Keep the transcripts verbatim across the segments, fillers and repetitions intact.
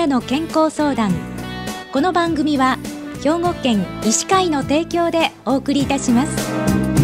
なの健康相談。この番組は兵庫県医師会の提供でお送りいたします。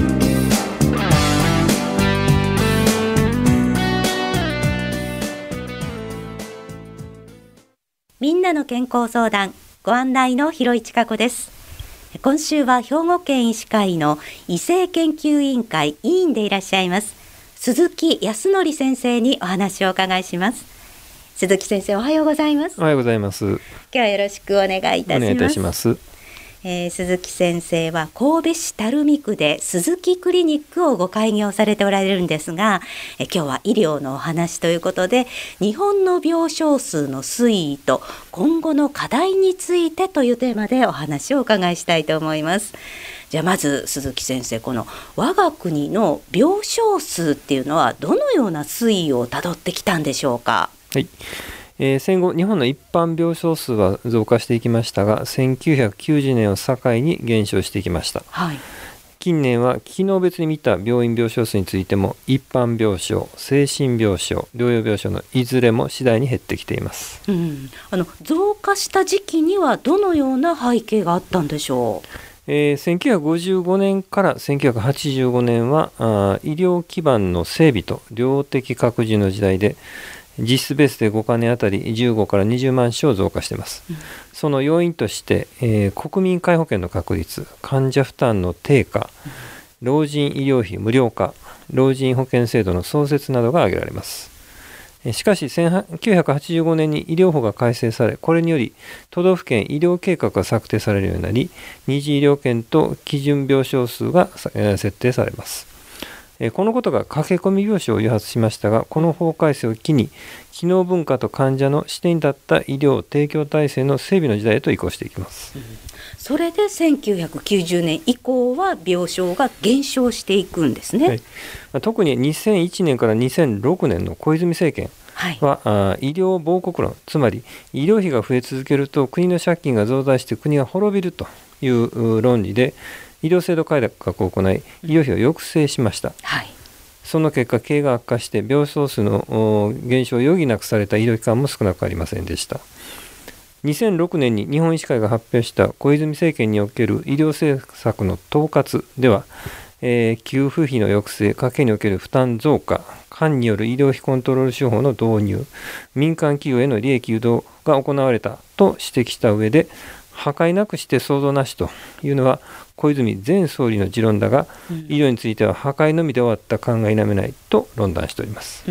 みんなの健康相談、ご案内の広市加子です。今週は兵庫県医師会の医生研究委員会委員でいらっしゃいます鈴木康則先生にお話をお伺いします。鈴木先生、おはようございます。 おはようございます。 今日はよろしくお願いいたします。 お願いいたします。 えー、鈴木先生は神戸市垂水区で鈴木クリニックをご開業されておられるんですが、え今日は医療のお話ということで、日本の病床数の推移と今後の課題についてというテーマでお話をお伺いしたいと思います。じゃあまず鈴木先生、この我が国の病床数っていうのはどのような推移をたどってきたんでしょうか。 はい、えー、戦後日本の一般病床数は増加していきましたが、せんきゅうひゃくきゅうじゅうねんを境に減少していきました。 はい、 近年は機能別に見た病院病床数についても一般病床、精神病床、療養病床のいずれも次第に減ってきています。 うん、あの増加した時期にはどのような背景があったんでしょう。 えー、せんきゅうひゃくごじゅうごねんからせんきゅうひゃくはちじゅうごねんはあ医療基盤の整備と量的拡充の時代で、実質ベースでごかねんあたりじゅうごからにじゅうまんしょう増加しています。うん、その要因として、えー、国民皆保険の確立、患者負担の低下、老人医療費無料化、老人保険制度の創設などが挙げられます。しかしせんきゅうひゃくはちじゅうごねんに医療法が改正され、これにより都道府県医療計画が策定されるようになり、二次医療圏と基準病床数が設定されます。このことが駆け込み病床を誘発しましたが、この法改正を機に機能文化と患者の視点に立った医療提供体制の整備の時代へと移行していきます。うん、 それでせんきゅうひゃくきゅうじゅうねん以降は病床が減少していくんですね。はい、 特ににせんいちねんからにせんろくねんの小泉政権は、はい、医療亡国論、つまり医療費が増え続けると国の借金が増大して国が滅びるという論理で医療制度改革を行い、医療費を抑制しました。はい、その結果、経営が悪化して病床数の減少を余儀なくされた医療機関も少なくありませんでした。にせんろくねんに日本医師会が発表した小泉政権における医療政策の統括では、えー、給付費の抑制、家計における負担増加、官による医療費コントロール手法の導入、民間企業への利益誘導が行われたと指摘した上で、破壊なくして創造なしというのは小泉前総理の持論だが、うん、医療については破壊のみで終わった考え否めないと論断しております。 うん、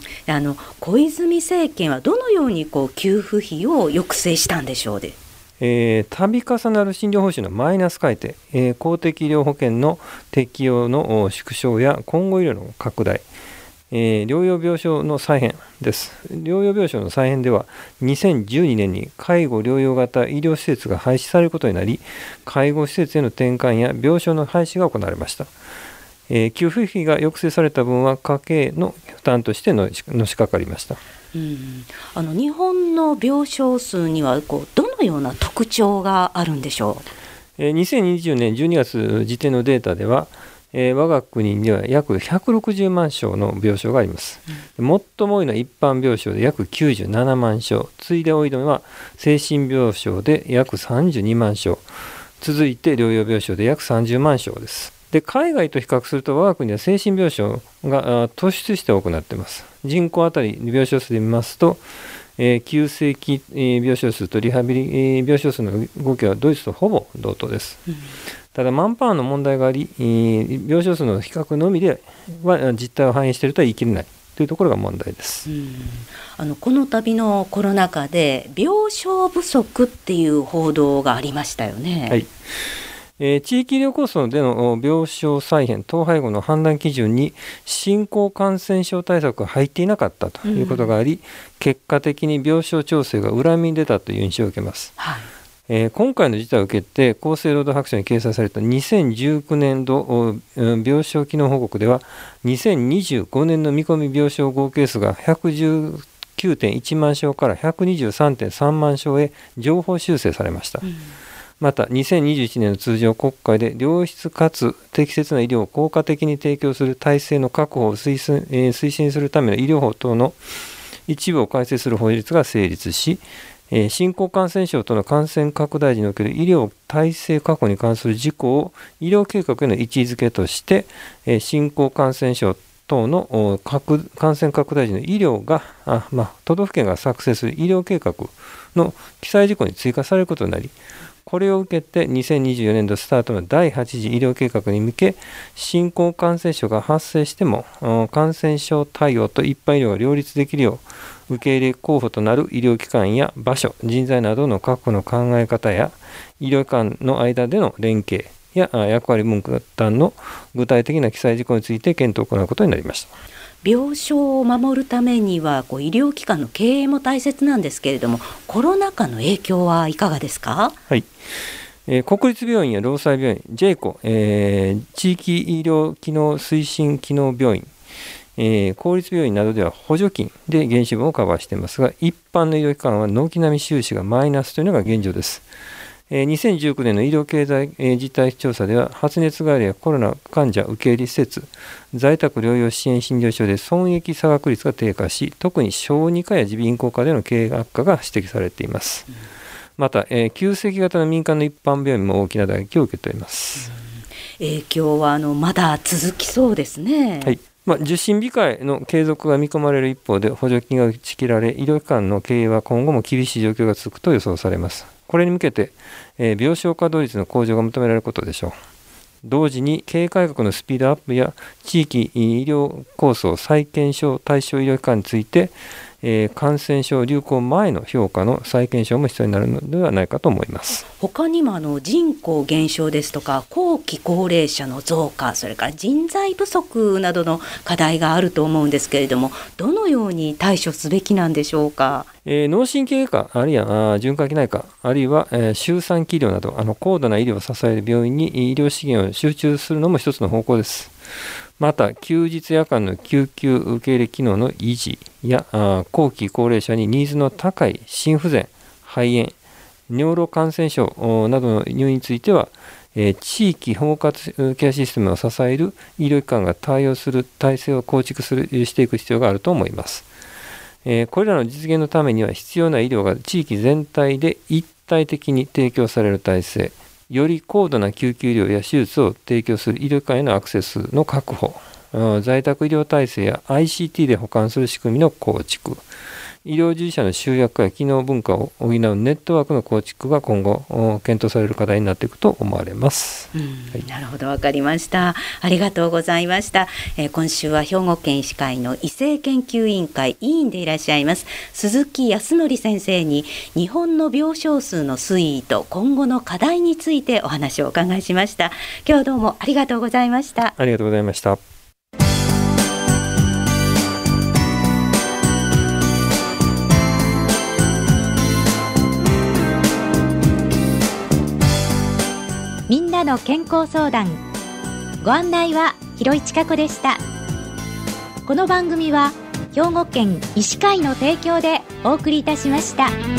あの小泉政権はどのようにこう給付費を抑制したんでしょうで。 えー、度重なる診療報酬のマイナス改定、えー、公的医療保険の適用の縮小や混合医療の拡大、えー、療養病床の再編です。療養病床の再編ではにせんじゅうにねんに介護療養型医療施設が廃止されることになり、介護施設への転換や病床の廃止が行われました。えー、給付費が抑制された分は家計の負担としてののしかかりました。 うん、あの日本の病床数にはこうどのような特徴があるんでしょう。 えー、にせんにじゅうねんじゅうにがつ時点のデータでは、えー、我が国には約ひゃくろくじゅうまんしょうの病床があります。うん、最も多いのは一般病床で約きゅうじゅうななまんしょう、次いで多いのは精神病床で約さんじゅうにまんしょう、続いて療養病床で約さんじゅうまんしょうです。で、海外と比較すると我が国は精神病床が突出して多くなっています。人口あたり病床数で見ますと、えー、急性期、えー、病床数とリハビリ、えー、病床数の動きはドイツとほぼ同等です。うん、ただマンパワーの問題があり、えー、病床数の比較のみでは実態を反映しているとは言い切れないというところが問題です。うん、 あのこの度のコロナ禍で病床不足っていう報道がありましたよね。 はい、えー、地域医療構想での病床再編、統廃合の判断基準に新興感染症対策が入っていなかったということがあり、うん、結果的に病床調整が裏目に出たという印象を受けます。はい、えー、今回の事態を受けて厚生労働白書に掲載されたにせんじゅうきゅうねん度病床機能報告では、にせんにじゅうごねんの見込み病床合計数がひゃくじゅうきゅうてんいちまんしょうからひゃくにじゅうさんてんさんまんしょうへ上方修正されました。うん、またにせんにじゅういちねんの通常国会で良質かつ適切な医療を効果的に提供する体制の確保を推進、えー、推進するための医療法等の一部を改正する法律が成立し、 えー、新興感染症との感染拡大時における医療体制確保に関する事項を医療計画への位置づけとして、えー、新興感染症等の感染拡大時の医療があ、まあ、都道府県が作成する医療計画の記載事項に追加されることになり、これを受けてにせんにじゅうよねんどスタートのだいはち次医療計画に向け、新興感染症が発生しても感染症対応と一般医療が両立できるよう、受け入れ候補となる医療機関や場所、人材などの確保の考え方や、医療機関の間での連携や役割分担の具体的な記載事項について検討を行うことになりました。 病床を守るためにはこう医療機関の経営も大切なんですけれども、コロナ禍の影響はいかがですか？ はい、えー、国立病院や労災病院、ジェイコ、えー、地域医療機能推進機能病院、えー、公立病院などでは補助金で減収分をカバーしていますが、一般の医療機関は軒並み収支がマイナスというのが現状です。にせんじゅうきゅうねんの医療経済実態調査では、発熱外来やコロナ患者受け入れ施設、在宅療養支援診療所で損益差額率が低下し、特に小児科や耳鼻咽喉科での経営悪化が指摘されています。また、えー、急性型の民間の一般病院も大きな打撃を受けております。 影響はあのまだ続きそうですね。 はい、まあ、受診控えの継続が見込まれる一方で、補助金が打ち切られ、医療機関の経営は今後も厳しい状況が続くと予想されます。これに向けて、えー、病床稼働率の向上が求められることでしょう。同時に経営改革のスピードアップや地域医療構想再検証対象医療機関について、えー、感染症流行前の評価の再検証も必要になるのではないかと思います。 他にもあの人口減少ですとか後期高齢者の増加、それから人材不足などの課題があると思うんですけれども、どのように対処すべきなんでしょうか？ えー、脳神経外科、あるいは循環器内科、あるいは、えー、周産期医療などあの高度な医療を支える病院に医療資源を集中するのも一つの方向です。また、休日夜間の救急受け入れ機能の維持や後期高齢者にニーズの高い心不全、肺炎、尿路感染症などの入院については、えー、地域包括ケアシステムを支える医療機関が対応する体制を構築するしていく必要があると思います。えー、これらの実現のためには必要な医療が地域全体で一体的に提供される体制、より高度な救急医療や手術を提供する医療機関へのアクセスの確保、在宅医療体制や アイシーティー で補完する仕組みの構築、医療従事者の集約や機能文化を補うネットワークの構築が今後検討される課題になっていくと思われます。 うん、はい、なるほど、わかりました。ありがとうございました。えー、今週は兵庫県医師会の医政研究委員会委員でいらっしゃいます鈴木康則先生に、日本の病床数の推移と今後の課題についてお話をお伺いしました。今日はどうもありがとうございました。 ありがとうございました。 みんなの健康相談、ご案内は広井千佳子でした。この番組は兵庫県医師会の提供でお送りいたしました。